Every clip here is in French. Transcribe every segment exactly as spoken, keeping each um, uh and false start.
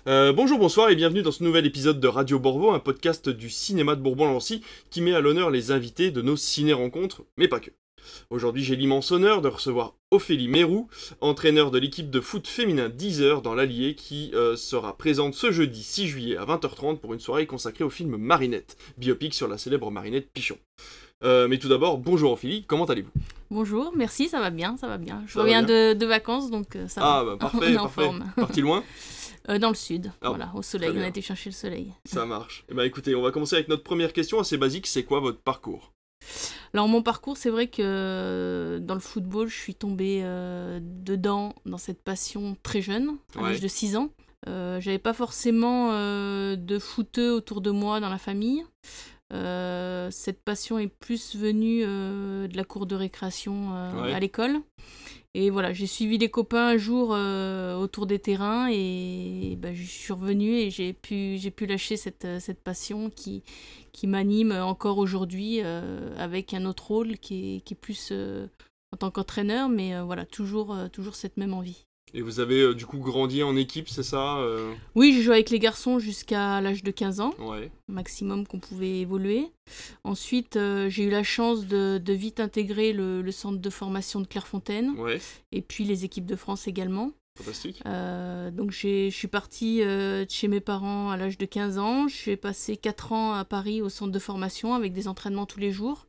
Euh, bonjour, bonsoir et bienvenue dans ce nouvel épisode de Radio Borvo, un podcast du cinéma de Bourbon-Lancy qui met à l'honneur les invités de nos ciné-rencontres, mais pas que. Aujourd'hui, j'ai l'immense honneur de recevoir Ophélie Mérou, entraîneur de l'équipe de foot féminin d'Yzeure dans l'Allier, qui euh, sera présente ce jeudi six juillet à vingt heures trente pour une soirée consacrée au film Marinette, biopic sur la célèbre Marinette Pichon. Euh, mais tout d'abord, bonjour Ophélie, comment allez-vous ? Bonjour, merci, ça va bien, ça va bien. Je Ça reviens de, de vacances, donc euh, ça ah, va. Ah, bah parfait, on est en parfait. forme. Parti loin ? euh, Dans le sud, Ah, voilà, au soleil, on a été chercher le soleil. Ça marche. Eh ben écoutez, on va commencer avec notre première question assez basique, c'est quoi votre parcours ? Alors mon parcours, c'est vrai que euh, dans le football, je suis tombée euh, dedans, dans cette passion très jeune, à Ouais. l'âge de six ans. Euh, j'avais pas forcément euh, de footeux autour de moi dans la famille. Euh, cette passion est plus venue euh, de la cour de récréation euh, Ouais. à l'école. Et voilà, j'ai suivi des copains un jour euh, autour des terrains et bah, je suis revenue et j'ai pu, j'ai pu lâcher cette, cette passion qui, qui m'anime encore aujourd'hui euh, avec un autre rôle qui est, qui est plus euh, en tant qu'entraîneur, mais euh, voilà, toujours, euh, toujours cette même envie. Et vous avez euh, du coup grandi en équipe, c'est ça euh... Oui, j'ai joué avec les garçons jusqu'à l'âge de quinze ans, Ouais. maximum qu'on pouvait évoluer. Ensuite, euh, j'ai eu la chance de, de vite intégrer le, le centre de formation de Clairefontaine, Ouais, et puis les équipes de France également. fantastique. Euh, donc j'ai, je suis partie euh, de chez mes parents à l'âge de quinze ans. Je suis passé quatre ans à Paris au centre de formation avec des entraînements tous les jours.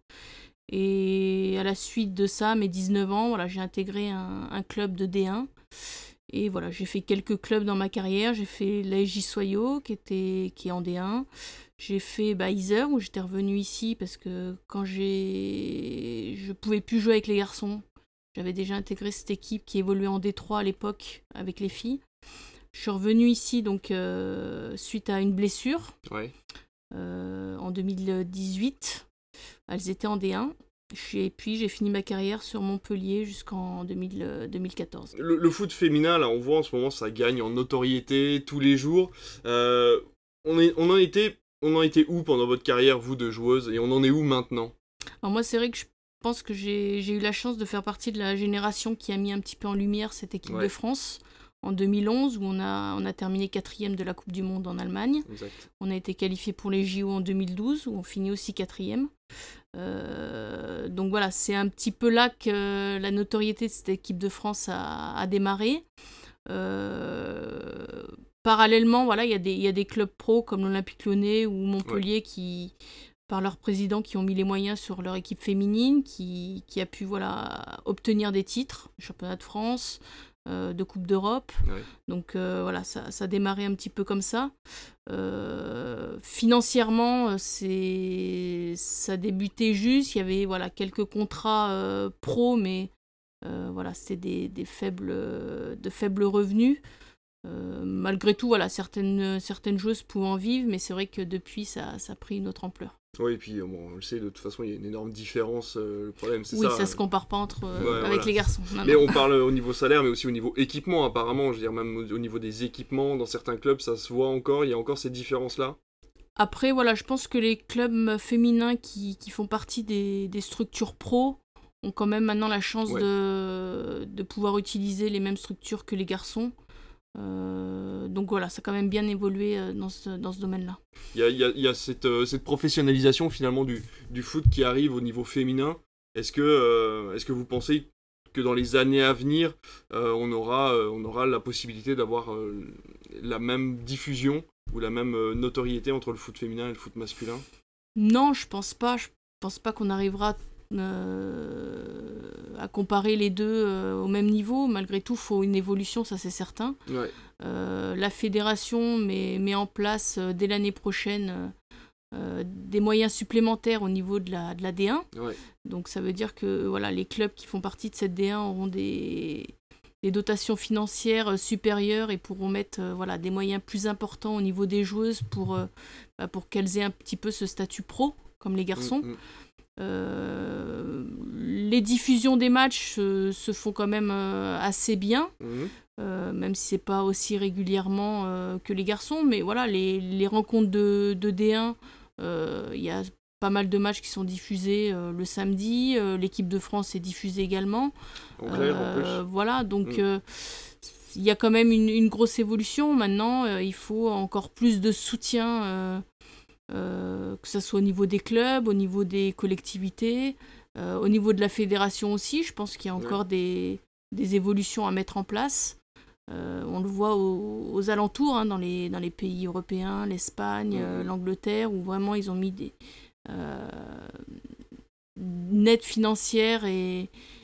Et à la suite de ça, à mes dix-neuf ans, voilà, j'ai intégré un, un club de D un. Et voilà, j'ai fait quelques clubs dans ma carrière. J'ai fait l'A S J Soyaux, qui, était, qui est en D un. J'ai fait bah, Yzeure, où j'étais revenue ici parce que quand j'ai... je pouvais plus jouer avec les garçons. J'avais déjà intégré cette équipe qui évoluait en D trois à l'époque avec les filles. Je suis revenue ici donc, euh, suite à une blessure Ouais. euh, en deux mille dix-huit. Elles étaient en D un. Et puis j'ai fini ma carrière sur Montpellier jusqu'en deux mille, euh, deux mille quatorze. Le, le foot féminin, là, on voit en ce moment, ça gagne en notoriété tous les jours. Euh, on, est, on, en était, on en était où pendant votre carrière, vous, de joueuse, et on en est où maintenant ? Alors moi, c'est vrai que je pense que j'ai, j'ai eu la chance de faire partie de la génération qui a mis un petit peu en lumière cette équipe Ouais. de France en deux mille onze, où on a, on a terminé quatrième de la Coupe du Monde en Allemagne. Exact. On a été qualifié pour les J O en deux mille douze, où on finit aussi quatrième. Euh, donc voilà, c'est un petit peu là que la notoriété de cette équipe de France a, a démarré. Euh, parallèlement, voilà, il y a des, il y a des clubs pro comme l'Olympique Lyonnais ou Montpellier ouais. qui, par leurs présidents, qui ont mis les moyens sur leur équipe féminine, qui, qui a pu voilà, obtenir des titres, championnat de France, euh, de Coupe d'Europe. Ouais. Donc euh, voilà, ça, ça a démarré un petit peu comme ça. Euh, financièrement, c'est... ça débutait juste. Il y avait voilà, quelques contrats euh, pro, mais euh, voilà, c'était des, des faibles, de faibles revenus. Euh, malgré tout, voilà, certaines, certaines joueuses pouvaient en vivre, mais c'est vrai que depuis, ça, ça a pris une autre ampleur. Oui, et puis bon, on le sait, de toute façon, il y a une énorme différence. Euh, le problème, c'est oui, ça. Oui, ça se compare pas entre, euh, ouais, avec voilà. les garçons. Non, mais non. on parle au niveau salaire, mais aussi au niveau équipement, apparemment. Je veux dire, même au, au niveau des équipements, dans certains clubs, ça se voit encore. Il y a encore ces différences-là. Après, voilà, je pense que les clubs féminins qui, qui font partie des, des structures pro ont quand même maintenant la chance ouais. de, de pouvoir utiliser les mêmes structures que les garçons. Euh, donc voilà, ça a quand même bien évolué euh, dans ce, dans ce domaine-là. Il y a, il y a, il y a cette, euh, cette professionnalisation finalement du, du foot qui arrive au niveau féminin. Est-ce que, euh, est-ce que vous pensez que dans les années à venir, euh, on, aura, euh, on aura la possibilité d'avoir euh, la même diffusion ou la même euh, notoriété entre le foot féminin et le foot masculin ? Non, je pense pas. Je pense pas qu'on arrivera Euh, à comparer les deux euh, au même niveau. Malgré tout, il faut une évolution, ça c'est certain. Ouais. Euh, la fédération met, met en place euh, dès l'année prochaine euh, des moyens supplémentaires au niveau de la, de la D un. Ouais. Donc ça veut dire que voilà, les clubs qui font partie de cette D un auront des, des dotations financières supérieures et pourront mettre euh, voilà, des moyens plus importants au niveau des joueuses pour, euh, bah, pour qu'elles aient un petit peu ce statut pro, comme les garçons. Mmh, mmh. Euh, les diffusions des matchs euh, se font quand même euh, assez bien, mmh. euh, même si c'est pas aussi régulièrement euh, que les garçons, mais voilà, les, les rencontres de, de D un, il euh, y a pas mal de matchs qui sont diffusés euh, le samedi, euh, l'équipe de France est diffusée également. En clair, euh, en plus. Voilà, donc mmh. euh, il y a quand même une, une grosse évolution. Maintenant, euh, il faut encore plus de soutien, euh, euh, que ce soit au niveau des clubs, au niveau des collectivités, euh, au niveau de la fédération aussi. Je pense qu'il y a encore ouais. des, des évolutions à mettre en place. Euh, on le voit aux, aux alentours, hein, dans, les, dans les pays européens, l'Espagne, mmh. euh, l'Angleterre, où vraiment ils ont mis des euh, une aide financière et,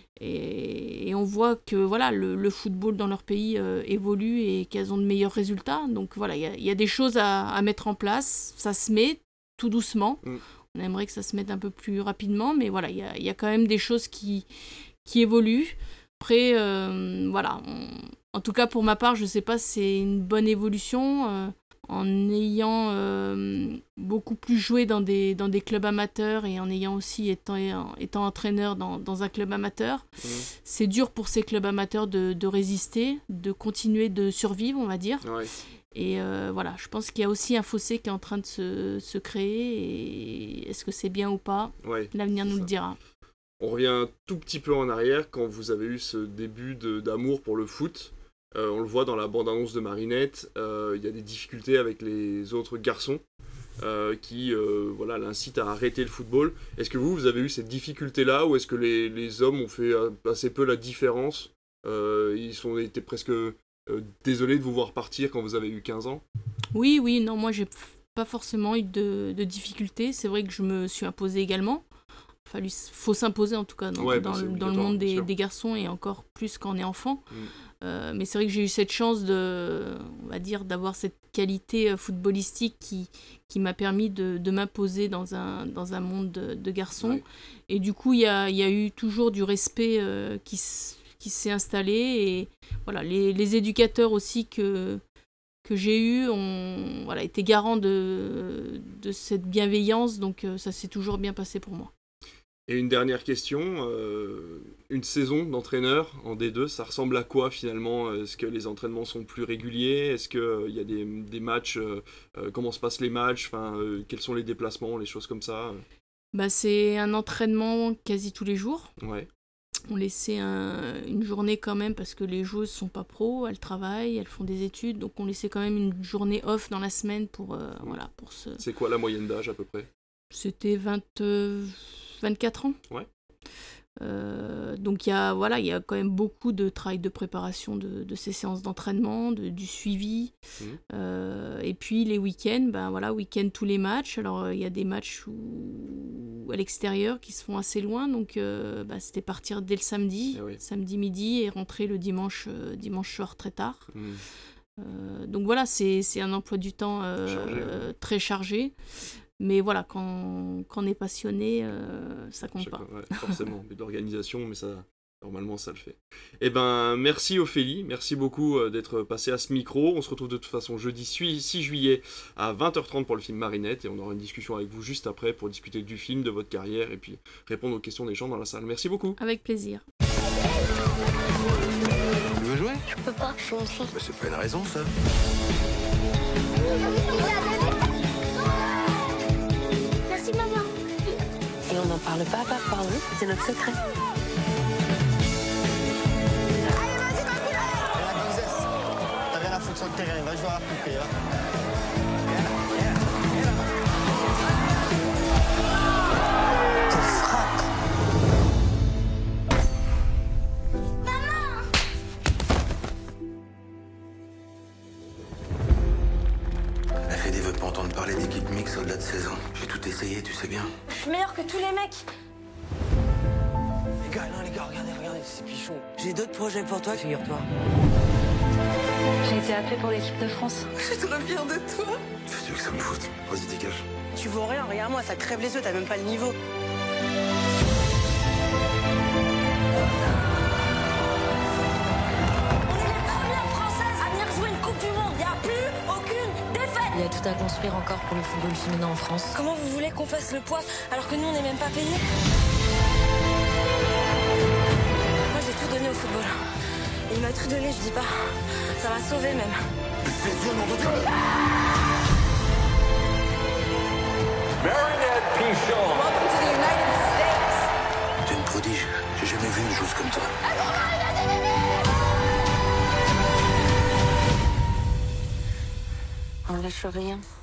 et, et on voit que voilà, le, le football dans leur pays euh, évolue et qu'elles ont de meilleurs résultats. Donc voilà, il y, y a des choses à, à mettre en place. Ça se met tout doucement. Mmh. On aimerait que ça se mette un peu plus rapidement, mais voilà, il y a, y a quand même des choses qui, qui évoluent. Après, euh, voilà, on, en tout cas pour ma part, je ne sais pas si c'est une bonne évolution. Euh, en ayant euh, beaucoup plus joué dans des, dans des clubs amateurs et en ayant aussi étant, étant entraîneur dans, dans un club amateur, mmh. c'est dur pour ces clubs amateurs de, de résister, de continuer de survivre, on va dire. Ouais. Et euh, voilà, je pense qu'il y a aussi un fossé qui est en train de se, se créer. Et est-ce que c'est bien ou pas ? Ouais, l'avenir nous ça. le dira. On revient un tout petit peu en arrière quand vous avez eu ce début de, d'amour pour le foot. Euh, on le voit dans la bande-annonce de Marinette, il euh, y a des difficultés avec les autres garçons euh, qui euh, voilà, l'incitent à arrêter le football. Est-ce que vous, vous avez eu cette difficulté-là ou est-ce que les, les hommes ont fait assez peu la différence ? euh, Ils ont été presque euh, désolés de vous voir partir quand vous avez eu quinze ans ? Oui, oui, non, moi j'ai pas forcément eu de, de difficultés. C'est vrai que je me suis imposée également. Il faut s'imposer en tout cas dans, ouais, dans, le, dans le monde des, des garçons et encore plus quand on est enfant. Mmh. Euh, mais c'est vrai que j'ai eu cette chance de, on va dire, d'avoir cette qualité footballistique qui, qui m'a permis de, de m'imposer dans un, dans un monde de, de garçons. Ouais. Et du coup, il y a, y a eu toujours du respect euh, qui, qui s'est installé. Et voilà, les, les éducateurs aussi que, que j'ai eus ont voilà, été garants de, de cette bienveillance. Donc euh, ça s'est toujours bien passé pour moi. Et une dernière question, euh, une saison d'entraîneur en D deux, ça ressemble à quoi finalement ? Est-ce que les entraînements sont plus réguliers ? Est-ce qu'il euh, y a des, des matchs euh, Comment se passent les matchs ? Enfin, euh, quels sont les déplacements, les choses comme ça ? Bah, c'est un entraînement quasi tous les jours. Ouais. On laissait un, une journée quand même parce que les joueuses sont pas pros, elles travaillent, elles font des études, donc on laissait quand même une journée off dans la semaine pour, euh, mmh. voilà, pour se... C'est quoi la moyenne d'âge à peu près ? C'était vingt, euh, vingt-quatre ans. Ouais. Euh, donc il y a voilà, il y a quand même beaucoup de travail de préparation de, de ces séances d'entraînement, de, du suivi. Mmh. Euh, et puis les week-ends, ben voilà, week-end tous les matchs. Alors il y a des matchs où, à l'extérieur qui se font assez loin, donc euh, bah, c'était partir dès le samedi, oui. samedi midi et rentrer le dimanche, euh, dimanche soir très tard. Mmh. Euh, donc voilà, c'est, c'est un emploi du temps euh, chargé, ouais. très chargé. Mais voilà, quand, quand on est passionné, euh, ça compte pas. Ouais, forcément, mais de l'organisation, mais ça, normalement, ça le fait. Eh ben, merci Ophélie, merci beaucoup d'être passée à ce micro. On se retrouve de toute façon jeudi six juillet à vingt heures trente pour le film Marinette, et on aura une discussion avec vous juste après pour discuter du film, de votre carrière, et puis répondre aux questions des gens dans la salle. Merci beaucoup. Avec plaisir. Tu veux jouer ? Je peux pas, je suis une fille. Bah, c'est pas une raison, ça. Et on n'en parle pas à papa, hein, c'est notre secret. Allez, vas-y, vas-y, allez. La gonzesse, t'as rien à foutre sur le terrain, va jouer à la poupée, va. Quelle frappe. Maman. Elle fait des vœux pour entendre parler d'équipe mixte au-delà de seize ans. J'ai tout essayé, tu sais bien. Je suis meilleure que tous les mecs. Les gars, non, les gars, regardez, regardez, c'est Pichon. J'ai d'autres projets pour toi, figure-toi. J'ai été appelée pour l'équipe de France. Je suis trop fière de toi. Qu'est-ce que tu veux que ça me foute ? Vas-y, dégage. Tu vaux rien, regarde-moi, ça crève les yeux, t'as même pas le niveau. Il y a tout à construire encore pour le football féminin en France. Comment vous voulez qu'on fasse le poids alors que nous on n'est même pas payés ? Moi j'ai tout donné au football. Et il m'a tout donné, je dis pas. Ça m'a sauvé même. Marinette Pichon. Welcome to the United States. T'es une prodige. J'ai jamais vu une chose comme toi. On lâche rien.